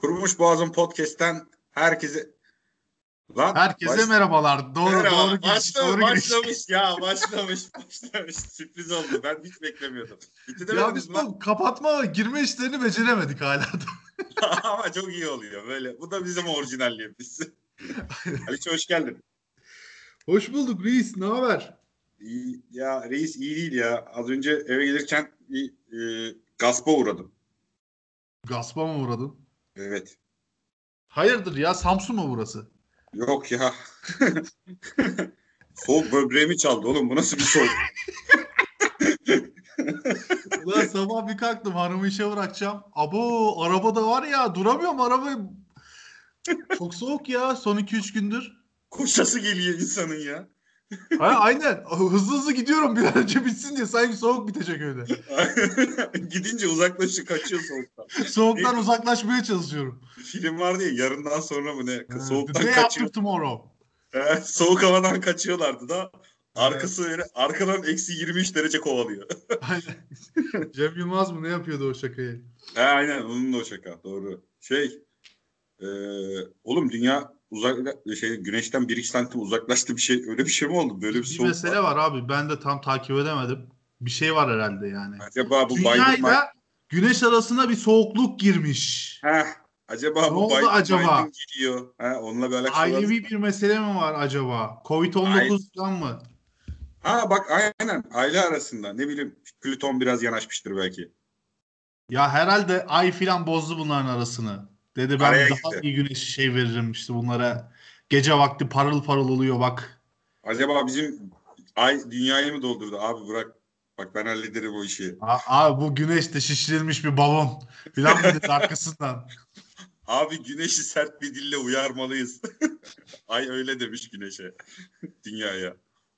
Kurumuş Boğazım Podcast'ten herkese Herkese merhabalar. Doğru merhaba. giriş. Doğru Başlamış ya. Başlamış. Sürpriz oldu. Ben hiç beklemiyordum. Ya biz bu kapatma ve girme işlerini beceremedik hala. Ama çok iyi oluyor böyle. Bu da bizim orijinalliğimiz. Aliç hoş geldin. Hoş bulduk reis. Ne haber? İyi, ya reis iyi değil ya. Az önce eve gelirken bir gaspa uğradım. Gaspa mı uğradın? Evet. Hayırdır ya, Samsun mu burası? Yok ya. Soğuk böbreğimi çaldı oğlum. Bu nasıl bir soğuk? Ulan sabah bir kalktım, hanımı işe bırakacağım. Abo, arabada var ya, duramıyorum arabayı. Çok soğuk ya son 2-3 gündür. Koşası geliyor insanın ya. Aynen. Hızlı gidiyorum bir an önce bitsin diye, sanki soğuk bitecek öyle. Gidince uzaklaşıyor, kaçıyor soğuktan. Soğuktan uzaklaşmaya çalışıyorum. Film vardı ya, yarından sonra mı ne? Soğuktan The day kaçıyor. after tomorrow. Soğuk havadan kaçıyorlardı da arkadan eksi 23 derece kovalıyor. Aynen. Cem Yılmaz mı ne yapıyordu o şakayı? Aynen onun da o şaka, doğru. Oğlum dünya güneşten 1-2 santim uzaklaştı, bir şey, öyle bir şey mi oldu? Böyle bir soğuk mesele var abi. Ben de tam takip edemedim. Bir şey var herhalde yani. Acaba bu Dünyayla Güneş arasına bir soğukluk girmiş. Acaba ne bu oldu acaba? Gidiyor. Onunla bir alakası Ailevi bir mesele mi var acaba? Covid-19'dan mı? Bak aynen, aile arasında ne bileyim, Plüton biraz yanaşmıştır belki. Ya herhalde ay filan bozdu bunların arasını. Dedi ben Araya daha girdi. iyi güneş veririm işte bunlara. Gece vakti parıl parıl oluyor bak. Acaba bizim ay dünyayı mı doldurdu? Abi bırak. Bak ben hallederim o işi. Abi bu güneş de şişirilmiş bir balon. Filan mı dedi arkasından? Abi güneşi sert bir dille uyarmalıyız. Ay öyle demiş güneşe. Dünyaya.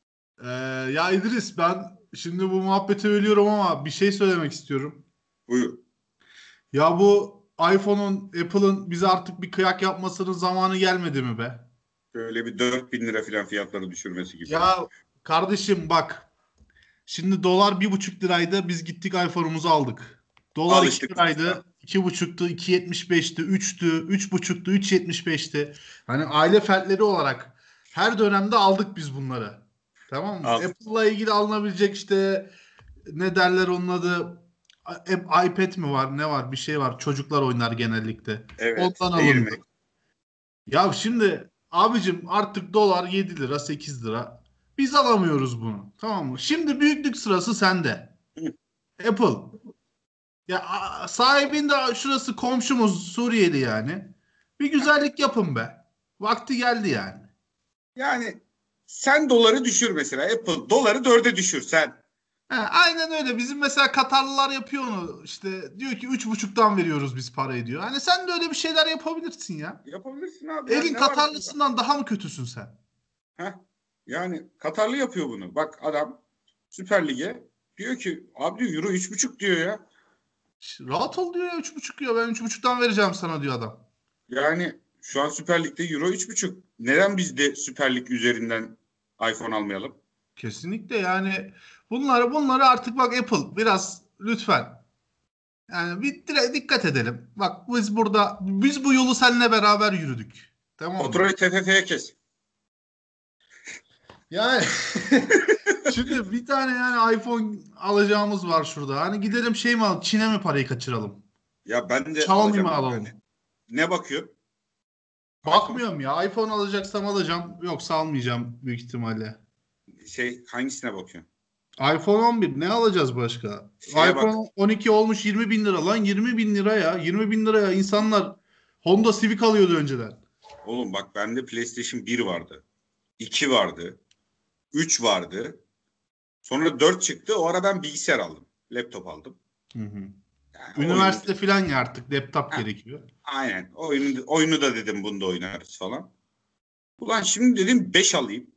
Ya İdris, ben şimdi bu muhabbeti ölüyorum ama bir şey söylemek istiyorum. Buyur. Ya bu iPhone'un, Apple'ın bize artık bir kıyak yapmasının zamanı gelmedi mi be? Böyle bir 4.000 lira falan fiyatları düşürmesi gibi. Ya kardeşim bak. Şimdi dolar 1,5 liraydı. Biz gittik iPhone'umuzu aldık. Dolar 2 Alıştık. liraydı. 2,5'tu, 2,75'ti, 3'tü, 3,5'tu, 3,75'ti. Hani aile fertleri olarak her dönemde aldık biz bunları. Tamam mı? Apple'la ilgili alınabilecek işte, ne derler onun adı, iPad mi var, ne var, bir şey var. Çocuklar oynar genellikle. Evet. Ondan alındı. Ya şimdi abicim artık dolar 7 lira 8 lira. Biz alamıyoruz bunu. Tamam mı? Şimdi büyüklük sırası sende. Apple. Ya sahibin de şurası komşumuz Suriyeli yani. Bir güzellik yapın be. Vakti geldi yani. Yani sen doları düşür mesela. Apple doları 4'e düşür sen. Aynen öyle. Bizim mesela Katarlılar yapıyor onu. İşte diyor ki 3,5'tan veriyoruz biz parayı diyor. Hani sen de öyle bir şeyler yapabilirsin ya. Yapabilirsin abi. Elin Katarlısından daha mı kötüsün sen? Yani Katarlı yapıyor bunu. Bak adam Süper Lig'e diyor ki abi diyor euro 3,5 diyor ya. Rahat ol diyor ya, 3,5 diyor. Ben 3,5'tan vereceğim sana diyor adam. Yani şu an Süper Lig'de euro 3,5. Neden biz de Süper Lig üzerinden iPhone almayalım? Kesinlikle yani bunları artık bak Apple biraz lütfen. Yani bir dikkat edelim. Bak biz bu yolu seninle beraber yürüdük. Tamam mı? Faturayı TFF'ye kes. Yani şimdi bir tane yani iPhone alacağımız var şurada. Hani gidelim şey mi alalım? Çin'e mi parayı kaçıralım? Ya ben de Xiaomi alacağım. mi alalım? Ne bakıyor? Bakmıyorum ya. iPhone alacaksam alacağım. Yoksa almayacağım büyük ihtimalle. Hangisine bakıyorsun? iPhone 11 ne alacağız başka? Şeye bak. iPhone 12 olmuş 20 bin lira lan, 20 bin lira ya. 20 bin liraya insanlar Honda Civic alıyordu önceden. Oğlum bak bende PlayStation 1 vardı. 2 vardı. 3 vardı. Sonra 4 çıktı. O ara ben bilgisayar aldım. Laptop aldım. Hı. Yani Üniversite falan ya, artık laptop gerekiyor. Aynen. Oyunu da dedim bunda oynarız falan. Ulan şimdi dedim 5 alayım.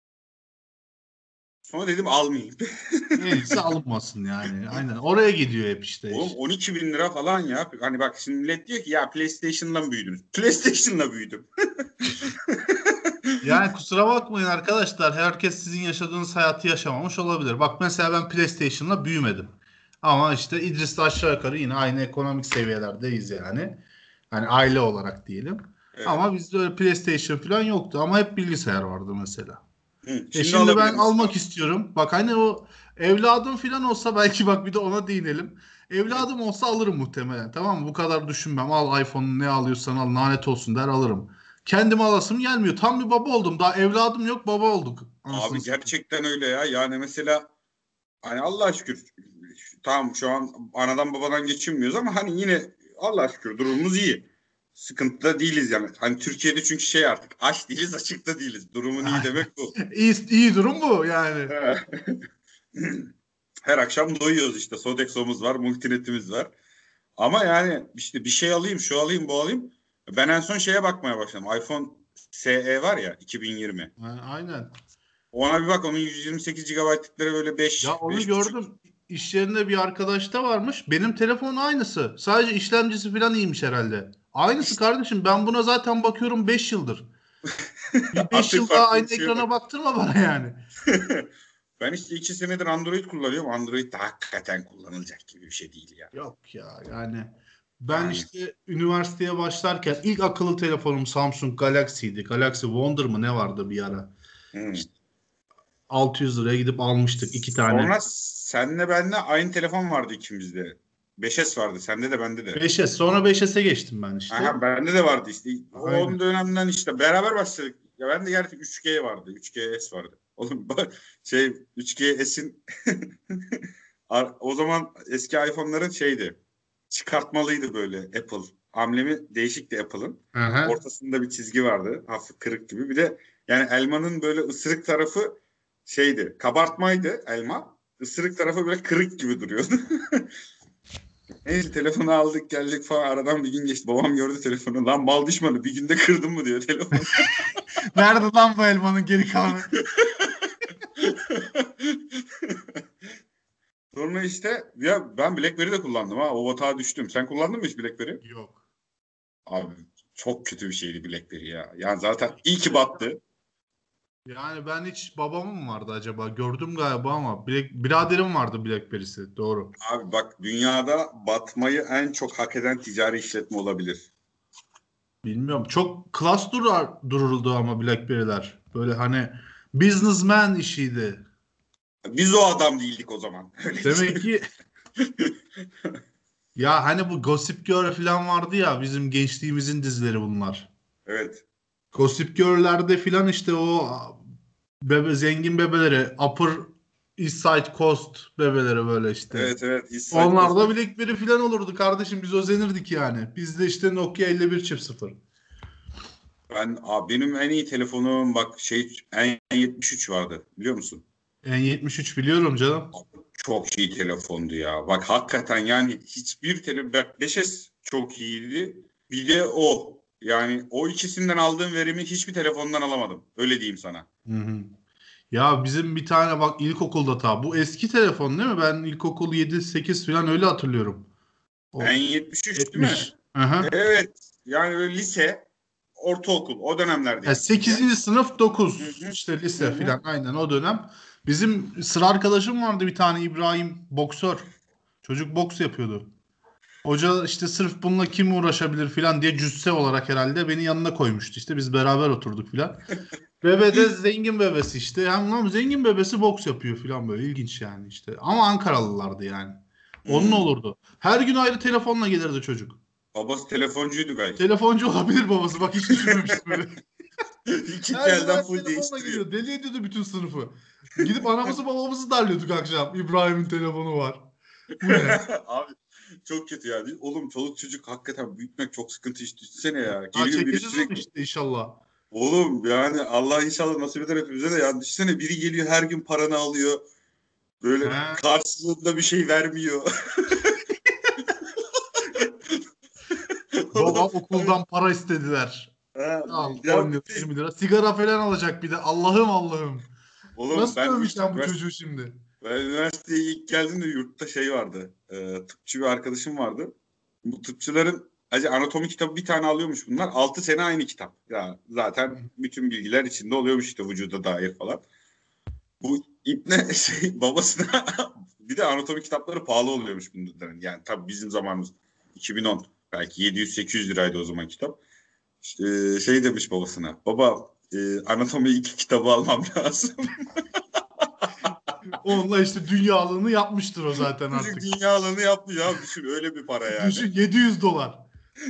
Sonra dedim almayayım. En iyisi alınmasın yani. Aynen. Oraya gidiyor hep işte. Oğlum 12 bin lira falan ya. Hani bak şimdi millet diyor ki ya PlayStation'la mı büyüdünüz? PlayStation'la büyüdüm. Yani kusura bakmayın arkadaşlar. Herkes sizin yaşadığınız hayatı yaşamamış olabilir. Bak mesela ben PlayStation'la büyümedim. Ama işte İdris'le aşağı yukarı yine aynı ekonomik seviyelerdeyiz yani. Yani aile olarak diyelim. Evet. Ama bizde öyle PlayStation falan yoktu. Ama hep bilgisayar vardı mesela. Hı. E Şimdi şimdi ben alabilir misin almak abi? istiyorum. Bak hani o evladım falan olsa belki bak bir de ona değinelim. Hı. Evladım olsa alırım muhtemelen. Tamam mı? Bu kadar düşünmem. Al iPhone'u ne alıyorsan al lanet olsun der alırım. Kendim alasım gelmiyor. Tam bir baba oldum. Daha evladım yok baba olduk. Anasını Abi satayım. gerçekten öyle ya. Yani mesela hani Allah'a şükür tamam şu an anadan babadan geçinmiyoruz ama hani yine Allah'a şükür durumumuz iyi. Sıkıntıda değiliz yani. Hani Türkiye'de çünkü şey artık aç değiliz açıkta değiliz. Durumun iyi demek bu. İyi durum bu yani. Her akşam doyuyoruz işte. Sodexo'muz var, multinetimiz var. Ama yani işte bir şey alayım, şu alayım, bu alayım. Ben en son şeye bakmaya başladım. iPhone SE var ya 2020. Aynen. Ona bir bak onun 128 GB'lıkları böyle Ya 5, onu 5,5. gördüm. İş yerinde bir arkadaşta varmış. Benim telefonun aynısı. Sadece işlemcisi falan iyiymiş herhalde. Aynısı İşte kardeşim. Ben buna zaten bakıyorum 5 yıldır. Bir 5 artık yıl daha farklı aynı bir şeye bak. ekrana baktırma bana yani. Ben işte 2 senedir Android kullanıyorum. Android de hakikaten kullanılacak gibi bir şey değil ya. Yok ya yani. Ben Yani. işte üniversiteye başlarken ilk akıllı telefonum Samsung Galaxy'ydi. Galaxy Wonder mı ne vardı bir ara. Hmm. İşte 600 liraya gidip almıştık iki tane. Sonra senle benle aynı telefon vardı ikimizde. 5S vardı. Sende de bende de. 5S sonra 5S'e geçtim ben işte. Aha bende de vardı işte. O Aynen. onun dönemden işte beraber başladık. Ya bende gerçekten 3G vardı. 3GS vardı. Oğlum şey 3GS'in o zaman eski iPhone'ların şeydi. Çıkartmalıydı böyle Apple. Amblemi değişikti Apple'ın. Aha. Ortasında bir çizgi vardı. Hafif kırık gibi. Bir de yani elmanın böyle ısırık tarafı şeydi. Kabartmaydı elma. Isırık tarafı böyle kırık gibi duruyordu. Neyse telefonu aldık geldik falan aradan bir gün geçti. Babam gördü telefonu. Lan mal düşmanı bir günde kırdın mı diyor telefonu. Nerede lan bu elmanın geri kalanı? Sonra işte ya ben BlackBerry de kullandım ha. O batağa düştüm. Sen kullandın mı hiç BlackBerry? Yok. Abi çok kötü bir şeydi BlackBerry ya. Yani zaten iyi ki İşte battı. yani ben hiç babamın mı vardı acaba? Gördüm galiba ama biraderim vardı BlackBerry'si. Doğru. Abi bak dünyada batmayı en çok hak eden ticari işletme olabilir. Bilmiyorum. Çok klas dururdu ama BlackBerry'ler. Böyle hani businessman işiydi. Biz o adam değildik o zaman. Öyle Demek diyelim. ki ya hani bu Gossip Girl falan vardı ya bizim gençliğimizin dizileri bunlar. Evet. Gossip Girl'lerde falan işte o zengin bebeleri Upper East Side Coast bebeleri böyle işte. Evet evet. East Side Onlar Coast. da BlackBerry falan olurdu kardeşim biz özenirdik yani. Bizde işte Nokia 5100. Benim en iyi telefonum bak şey N73 vardı biliyor musun? N73 biliyorum canım. Çok iyi telefondu ya. Bak hakikaten yani hiçbir telefon bak 5S çok iyiydi. Bir de o. Yani o ikisinden aldığım verimi hiçbir telefondan alamadım. Öyle diyeyim sana. Hı hı. Ya bizim bir tane bak ilkokulda bu eski telefon değil mi? Ben ilkokul 7-8 falan öyle hatırlıyorum. O N73 değil mi? 70. Aha. Evet. Yani böyle lise, ortaokul o dönemlerde Ya gittik ya. 8. sınıf Hı 9 hı. işte Hı lise hı. filan aynen o dönem. Bizim sıra arkadaşım vardı bir tane İbrahim boksör. Çocuk boks yapıyordu. Hoca işte sırf bununla kim uğraşabilir filan diye cüsse olarak herhalde beni yanına koymuştu. İşte biz beraber oturduk filan. Bebe de zengin bebesi işte. Hem lan zengin bebesi boks yapıyor filan böyle ilginç yani işte. Ama Ankaralılardı yani. Onun Hmm. olurdu. Her gün ayrı telefonla gelirdi çocuk. Babası telefoncuydu belki. Telefoncu olabilir babası. Bak hiç düşünmemiştim öyle. İkinci Her gün elden aynı full telefonla değiştiriyor. geliyor. Deli ediyordu bütün sınıfı. Gidip anamızı babamızı darlıyorduk akşam. İbrahim'in telefonu var. Bu ne? Abi çok kötü ya. Oğlum çoluk çocuk hakikaten büyütmek çok sıkıntı işte. Düşünsene ya. Ha Geliyor biri çekeceğiz onu sürekli. işte inşallah. Oğlum yani Allah inşallah nasip eder hepimize de ya. Düşünsene biri geliyor her gün paranı alıyor. Böyle He. karşılığında bir şey vermiyor. Baba Oğlum, okuldan para istediler. ha, Al ya 10 lira 20 lira. Sigara falan alacak bir de. Allah'ım Allah'ım. oğlum Nasıl ben döveceğim bu çocuğu şimdi? üniversiteye ilk geldiğimde yurtta şey vardı. Tıpçı bir arkadaşım vardı. Bu tıpçıların anatomi kitabı bir tane alıyormuş bunlar. 6 sene aynı kitap. Ya zaten bütün bilgiler içinde oluyormuş işte vücuda dair falan. Bu İbne şey babasına bir de anatomi kitapları pahalı oluyormuş bunların. Yani tabii bizim zamanımız 2010. Belki 700-800 liraydı o zaman kitap. Şey demiş babasına. Baba anatomi 2 kitabı almam lazım. Onunla işte dünyalığını yapmıştır o zaten Çocuk artık. dünya alanı yapmış abi. Düşün öyle bir para yani. Düşün, $700.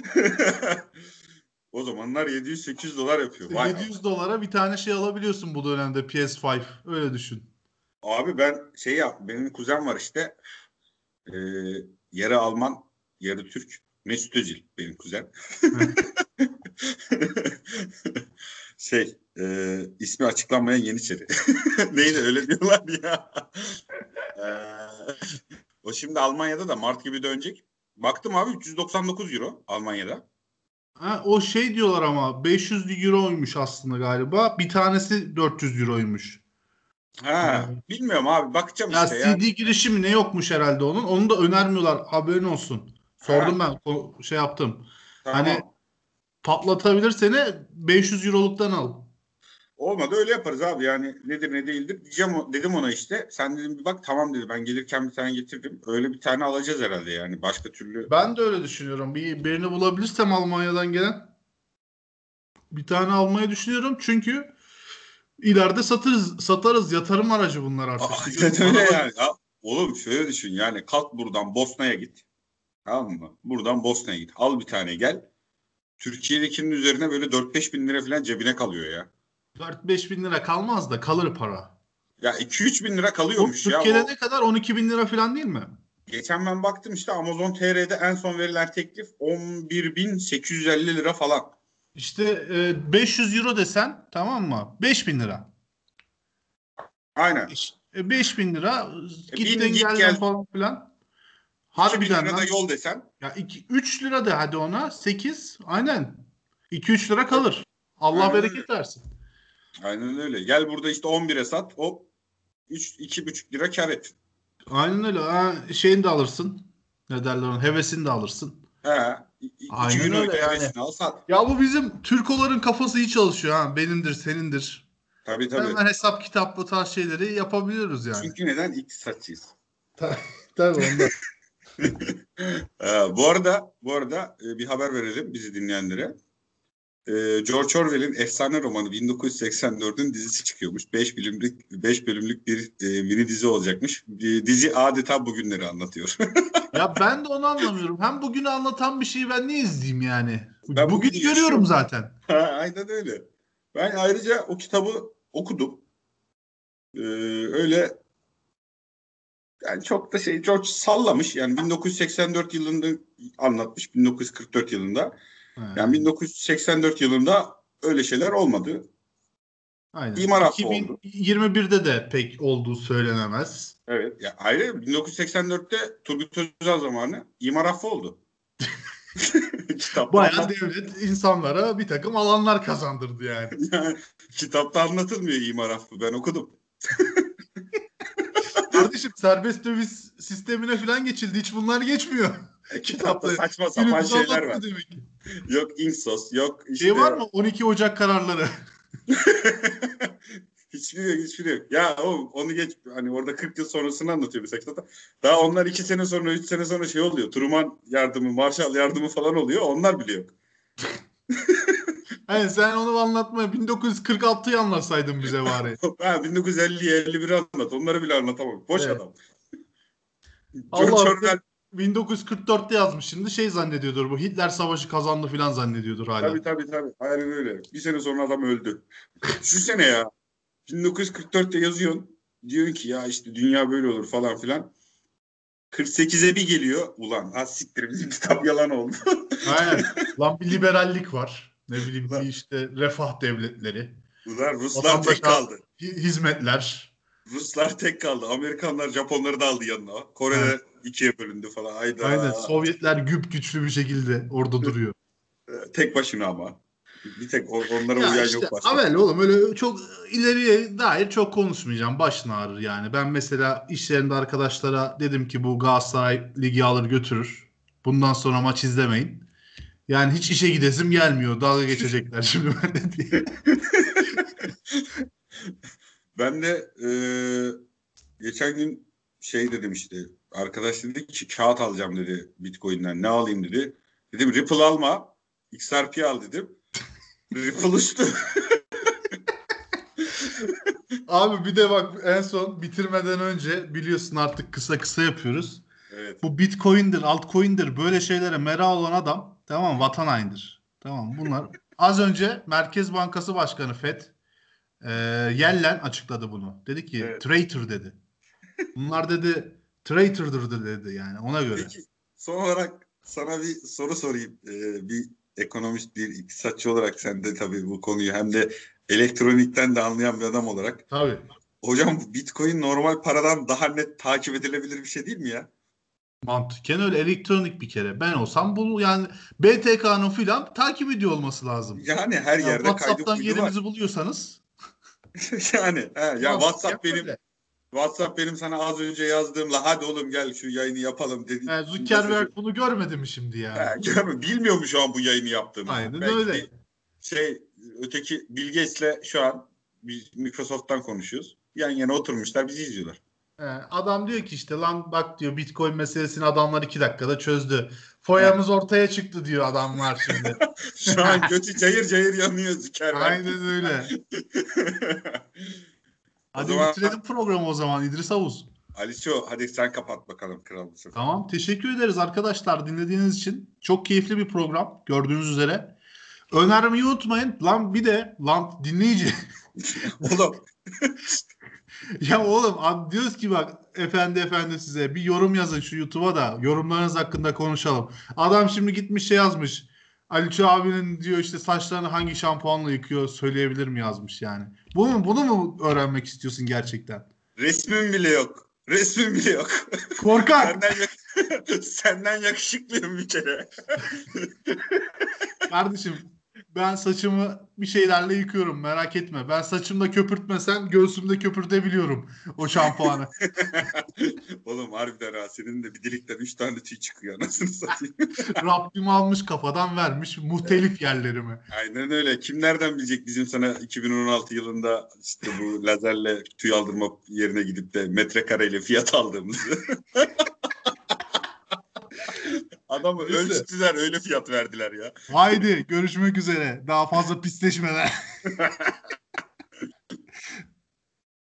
O zamanlar 700-800 dolar yapıyor. İşte Vay $700 bir tane şey alabiliyorsun bu dönemde, PS5. Öyle düşün. abi ben benim kuzen var işte. E, Yarı Alman, yarı Türk. Mesut Özil benim kuzen. İsmi açıklanmayan Yeniçeri. Neydi öyle diyorlar ya. E, O şimdi Almanya'da da Mart gibi dönecek. Baktım abi 399 euro Almanya'da. Ha, o şey diyorlar ama 500 euroymuş aslında galiba. Bir tanesi 400 euroymuş. Ha, Ee, bilmiyorum abi bakacağım Ya işte yani. CD girişimi ne yokmuş herhalde onun. Onu da önermiyorlar. Haberin olsun. Sordum Ha, ben. Şey yaptım. Hani tamam. patlatabilir seni, 500 euroluktan al. Olmadı öyle yaparız abi yani nedir ne değildir. Dedim ona işte. Sen dedim bir bak tamam dedi. Ben gelirken bir tane getirdim. Öyle bir tane alacağız herhalde yani. Başka türlü. Ben de öyle düşünüyorum. Birini bulabilirsem Almanya'dan gelen bir tane almayı düşünüyorum. Çünkü ileride satarız. Yatırım aracı bunlar artık. Aynen Biliyorsun, öyle araba. yani. Ya, oğlum şöyle düşün yani kalk buradan Bosna'ya git. Tamam mı? Buradan Bosna'ya git. Al bir tane gel. Türkiye'dekinin üzerine böyle 4-5 bin lira falan cebine kalıyor ya. 4-5 bin lira kalmaz da kalır para. Ya 2-3 bin lira O kalıyormuş ya. Türkiye'de ne kadar? 12 bin lira falan değil mi? Geçen ben baktım işte Amazon TR'de en son verilen teklif 11.850 lira falan. İşte 500 euro desen, tamam mı? 5 bin lira. Aynen. 5 bin lira Bin gittin git geldin gel falan filan. 2.000 Harbiden lira da lan. yol desen. Ya 3 lira de hadi ona, 8 aynen. 2-3 lira Tabii. kalır. Allah Aynen öyle. bereket versin. Aynen öyle. Gel burada işte 11'e sat. Hop 2,5 lira kar et. Aynen öyle. Ha, şeyini de alırsın. Ne derler ona? Hevesini de alırsın. He. 2 gün Aynen öyle oyna yani. hevesini al sat. Ya bu bizim Türkoların kafası iyi çalışıyor ha. Benimdir, senindir. Tabii tabii. Hemen hesap kitap bu tarz şeyleri yapabiliyoruz yani. Çünkü neden? İktisatçıyız. Tabii ondan. Bu arada bir haber verelim bizi dinleyenlere. George Orwell'in efsane romanı 1984'ün dizisi çıkıyormuş. 5 bölümlük bir mini dizi olacakmış. Dizi adeta bugünleri anlatıyor. Ya ben de onu anlamıyorum. Hem bugünü anlatan bir şeyi ben niye izleyeyim yani? Ben bugünü Bugünü görüyorum yaşıyorum. zaten. Ha, aynen öyle. Ben ayrıca o kitabı okudum. Öyle yani çok da George sallamış. Yani 1984 yılında anlatmış. 1944 yılında. Yani He, 1984 yılında öyle şeyler olmadı. aynen. İmar affı oldu. 2021'de de pek olduğu söylenemez. Evet. Ya ayrı 1984'te Turgut Özal zamanı imar affı oldu. Kitapta Bayağı anlat devlet insanlara bir takım alanlar kazandırdı yani. yani, kitapta anlatılmıyor imar affı. Ben okudum. Kardeşim, serbest döviz sistemine falan geçildi. Hiç bunlar geçmiyor. Kitapta Kitapta saçma sapan günümüzü şeyler var. anlatmıyor demek ki. Yok İnksos, yok Şey var işte mı? 12 Ocak kararları. hiçbiri yok. Ya onu geç hani orada 40 yıl sonrasını anlatıyor mesela kitapta. Daha onlar 2 sene sonra 3 sene sonra şey oluyor. Truman yardımı, Marshall yardımı falan oluyor. Onlar bile yok. Hani sen onu anlatma. 1946'yı anlatsaydın bize bari. Ha 1950'yi 51'i anlat. Onları bile anlatamam. Boş Evet. adam. George Allah Orwell 1944'te yazmış, şimdi şey zannediyordur bu. Hitler savaşı kazandı falan zannediyordur tabii hala. tabii tabii. Aynen öyle. Bir sene sonra adam öldü. Düşünsene ya. 1944'te yazıyorsun. Diyorsun ki ya işte dünya böyle olur falan filan. 48'e bir geliyor. Ulan ha siktir bizim kitap yalan oldu. Aynen. Lan bir liberallik var. Ne bileyim, bir Ulan, işte refah devletleri. ulan Ruslar tek Vatandaşa kaldı. hizmetler. Ruslar tek kaldı. Amerikanlar Japonları da aldı yanına. Evet. Kore'de ikiye bölündü falan. Aynen. Hayda. Sovyetler güp güçlü bir şekilde orada duruyor. Tek başına ama. Bir tek onlara Ya uyan işte yok başka. Avel oğlum, öyle çok ileriye dair çok konuşmayacağım. Başın ağrır yani. Ben mesela iş yerinde arkadaşlara dedim ki bu Galatasaray ligi alır götürür. Bundan sonra maç izlemeyin. Yani hiç işe gidesim gelmiyor. Dalga geçecekler şimdi ben diye. Ben de geçen gün şey dedim işte. Arkadaş dedi ki kağıt alacağım dedi Bitcoin'den. Ne alayım dedi. Dedim Ripple alma. XRP al dedim. Ripple uçtu. Abi bir de bak en son bitirmeden önce biliyorsun artık kısa kısa yapıyoruz. Evet. Bu Bitcoin'dir, altcoin'dir böyle şeylere merak olan adam tamam mı? Vatan hainidir. Tamam bunlar. Az önce Merkez Bankası Başkanı FED Yellen açıkladı bunu. Dedi ki Evet. traitor dedi. Bunlar dedi traitor'dır dedi yani ona göre. Peki son olarak sana bir soru sorayım. Bir ekonomist, bir iktisatçı olarak sen de tabii bu konuyu hem de elektronikten de anlayan bir adam olarak. Tabii. Hocam bu Bitcoin normal paradan daha net takip edilebilir bir şey değil mi ya? Mantıken öyle elektronik bir kere. Ben olsam bunu yani BTK'nın filan takip ediyor olması lazım. Yani her Ya yerde kaydı WhatsApp'tan kuydu var. yerimizi buluyorsanız Yani ya mantıken öyle. WhatsApp benim sana az önce yazdığımla hadi oğlum gel şu yayını yapalım dedi mesajı. Zuckerberg bunu görmedi mi şimdi yani? Bilmiyor mu şu an bu yayını yaptığımızı? Aynen Belki öyle. bir şey öteki Bill Gates'le şu an biz Microsoft'tan konuşuyoruz. Yan yana oturmuşlar bizi izliyorlar. Adam diyor ki işte lan bak diyor Bitcoin meselesini adamlar 2 dakikada çözdü. He. Foyamız ortaya çıktı diyor adamlar şimdi. Şu an götü cayır cayır yanıyor Zuckerberg. Aynen öyle. O Hadi zaman bitirelim programı o zaman İdris Havuz. Aliço hadi sen kapat bakalım kral bu sefer. Tamam teşekkür ederiz arkadaşlar dinlediğiniz için. Çok keyifli bir program gördüğünüz üzere. Önermeyi unutmayın. Lan bir de lan dinleyici. Oğlum Ya oğlum diyoruz ki bak efendi size bir yorum yazın şu YouTube'a da yorumlarınız hakkında konuşalım. Adam şimdi gitmiş şey yazmış. Ali abinin diyor işte saçlarını hangi şampuanla yıkıyor söyleyebilir mi yazmış yani. Bunu mu öğrenmek istiyorsun gerçekten? resmim bile yok. Resmim bile yok. Korkak. Senden yakışıklıyım bir kere. Kardeşim ben saçımı bir şeylerle yıkıyorum merak etme. Ben saçımda köpürtmesen göğsümde köpürtebiliyorum o şampuanı. Oğlum harbiden ha senin de bir delikten 3 tane tüy çıkıyor anasını satayım. Rabbim almış kafadan vermiş muhtelif yerlerimi. Aynen öyle. Kim nereden bilecek bizim sana 2016 yılında işte bu lazerle tüy aldırma yerine gidip de metrekareyle fiyat aldığımızı. Adamı Neyse. ölçtüler öyle fiyat verdiler ya. Haydi görüşmek üzere. Daha fazla pisleşmeden.